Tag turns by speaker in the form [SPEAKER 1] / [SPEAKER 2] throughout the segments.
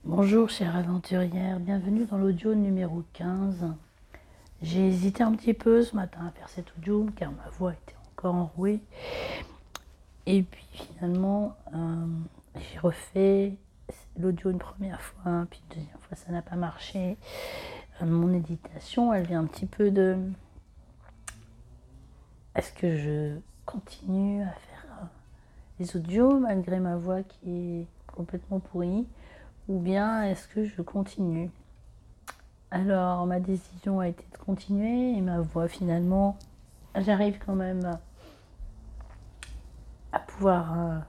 [SPEAKER 1] Bonjour chère aventurière, bienvenue dans l'audio numéro 15. J'ai hésité un petit peu ce matin à faire cet audio car ma voix était encore enrouée. Et puis finalement, j'ai refait l'audio une première fois, puis une deuxième fois ça n'a pas marché. Mon éditation, elle vient un petit peu de... Est-ce que je continue à faire les audios malgré ma voix qui est complètement pourrie, ou bien est-ce que je continue? Alors ma décision a été de continuer et ma voix finalement, j'arrive quand même à pouvoir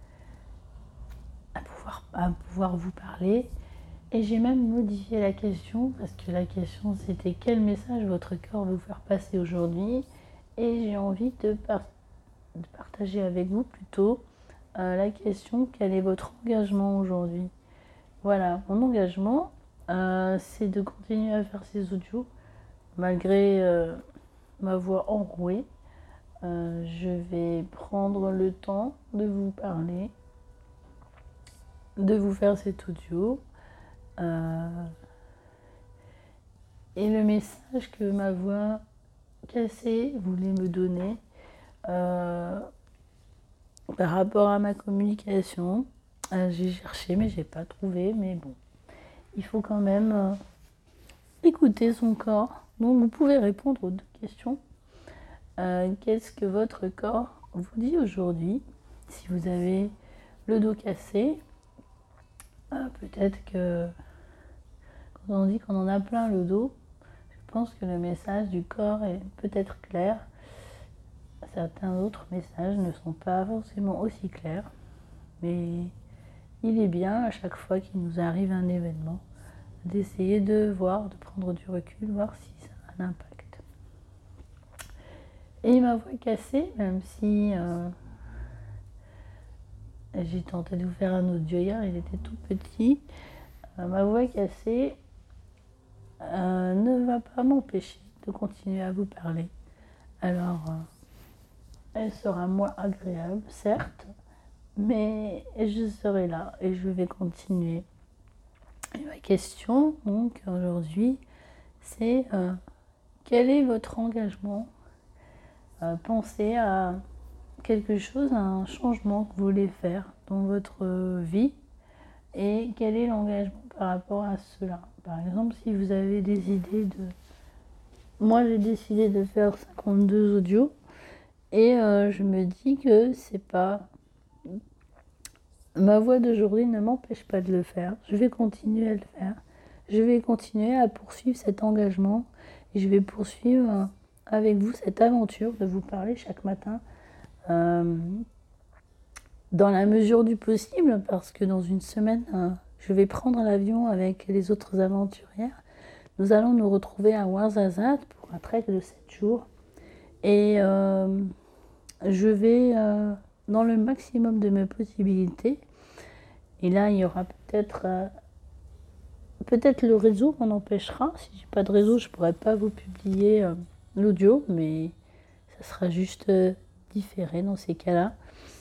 [SPEAKER 1] vous parler. Et j'ai même modifié la question parce que la question c'était quel message votre corps veut vous faire passer aujourd'hui, et j'ai envie de partager avec vous plutôt la question quel est votre engagement aujourd'hui. Voilà, mon engagement c'est de continuer à faire ces audios malgré ma voix enrouée. Je vais prendre le temps de vous parler, de vous faire cet audio. Et le message que ma voix cassée voulait me donner par rapport à ma communication, j'ai cherché mais j'ai pas trouvé, mais bon, il faut quand même écouter son corps. Donc vous pouvez répondre aux deux questions. Qu'est-ce que votre corps vous dit aujourd'hui? Si vous avez le dos cassé, peut-être que quand on dit qu'on en a plein le dos, je pense que le message du corps est peut-être clair. Certains autres messages ne sont pas forcément aussi clairs, mais il est bien à chaque fois qu'il nous arrive un événement d'essayer de voir, de prendre du recul, voir si ça a un impact. Et ma voix cassée, même si j'ai tenté de vous faire un audio hier, il était tout petit, ma voix cassée ne va pas m'empêcher de continuer à vous parler. Alors, elle sera moins agréable, certes, mais je serai là et je vais continuer. Et ma question, donc, aujourd'hui, c'est quel est votre engagement? Pensez à quelque chose, à un changement que vous voulez faire dans votre vie, et quel est l'engagement par rapport à cela? Par exemple, si vous avez des idées de... Moi, j'ai décidé de faire 52 audios et je me dis que c'est pas... Ma voix d'aujourd'hui ne m'empêche pas de le faire. Je vais continuer à le faire. Je vais continuer à poursuivre cet engagement et je vais poursuivre avec vous cette aventure de vous parler chaque matin dans la mesure du possible, parce que dans une semaine, je vais prendre l'avion avec les autres aventurières. Nous allons nous retrouver à Ouarzazate pour un trek de 7 jours et je vais dans le maximum de mes possibilités. Et là, il y aura peut-être le réseau m'en empêchera. Si j'ai pas de réseau, je pourrais pas vous publier l'audio, mais ça sera juste différé dans ces cas-là.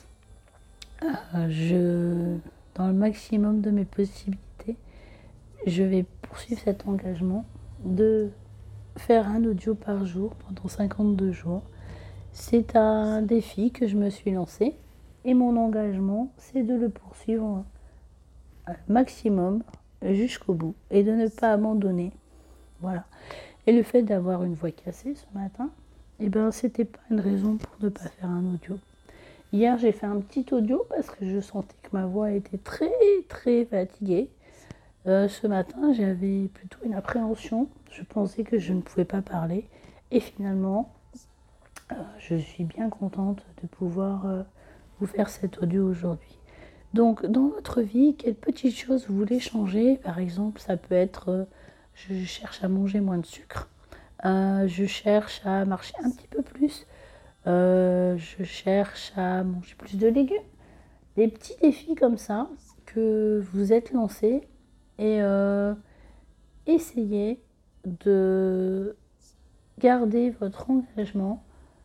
[SPEAKER 1] Dans le maximum de mes possibilités, je vais poursuivre cet engagement de faire un audio par jour pendant 52 jours. C'est un défi que je me suis lancé et mon engagement, c'est de le poursuivre maximum jusqu'au bout et de ne pas abandonner. Voilà. Et le fait d'avoir une voix cassée ce matin, c'était pas une raison pour ne pas faire un audio. Hier, j'ai fait un petit audio parce que je sentais que ma voix était très très fatiguée. Ce matin, j'avais plutôt une appréhension. Je pensais que je ne pouvais pas parler. Et finalement, je suis bien contente de pouvoir vous faire cet audio aujourd'hui. Donc, dans votre vie, quelles petites choses vous voulez changer? Par exemple, ça peut être je cherche à manger moins de sucre. Je cherche à marcher un petit peu plus. Je cherche à manger plus de légumes. Des petits défis comme ça que vous êtes lancés et essayez de garder votre engagement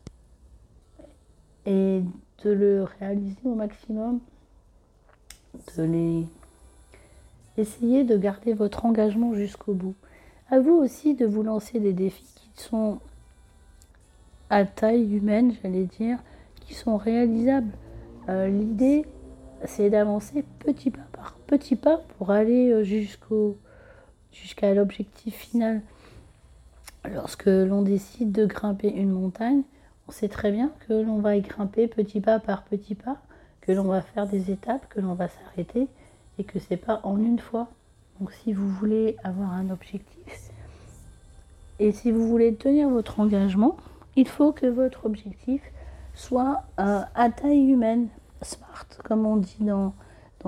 [SPEAKER 1] et de le réaliser au maximum, de Essayez de garder votre engagement jusqu'au bout. À vous aussi de vous lancer des défis qui sont à taille humaine, j'allais dire, qui sont réalisables. L'idée, c'est d'avancer petit pas par petit pas pour aller jusqu'à l'objectif final. Lorsque l'on décide de grimper une montagne, on sait très bien que l'on va y grimper petit pas par petit pas, que l'on va faire des étapes, que l'on va s'arrêter et que c'est pas en une fois. Donc si vous voulez avoir un objectif et si vous voulez tenir votre engagement, il faut que votre objectif soit à taille humaine, smart, comme on dit dans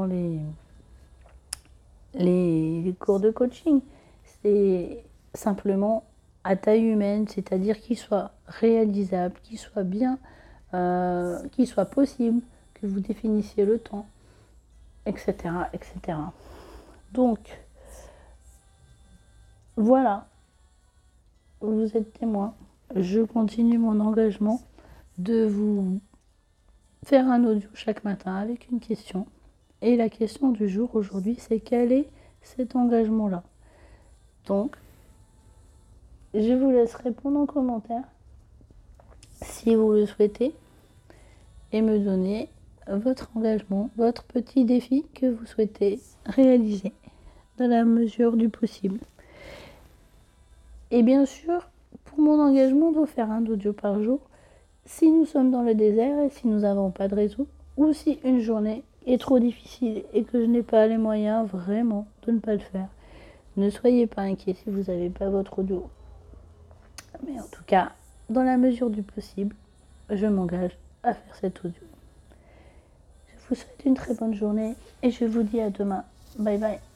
[SPEAKER 1] les cours de coaching. C'est simplement à taille humaine, c'est-à-dire qu'il soit réalisable, qu'il soit bien, qu'il soit possible, que vous définissiez le temps, etc., etc. Donc, voilà, vous êtes témoin. Je continue mon engagement de vous faire un audio chaque matin avec une question. Et la question du jour aujourd'hui, c'est quel est cet engagement-là? Donc, je vous laisse répondre en commentaire si vous le souhaitez et me donner votre engagement, votre petit défi que vous souhaitez réaliser dans la mesure du possible. Et bien sûr, pour mon engagement de faire un audio par jour, si nous sommes dans le désert et si nous n'avons pas de réseau, ou si une journée est trop difficile et que je n'ai pas les moyens vraiment de ne pas le faire, ne soyez pas inquiets si vous n'avez pas votre audio. Mais en tout cas, dans la mesure du possible, je m'engage à faire cet audio. Je vous souhaite une très bonne journée et je vous dis à demain. Bye bye.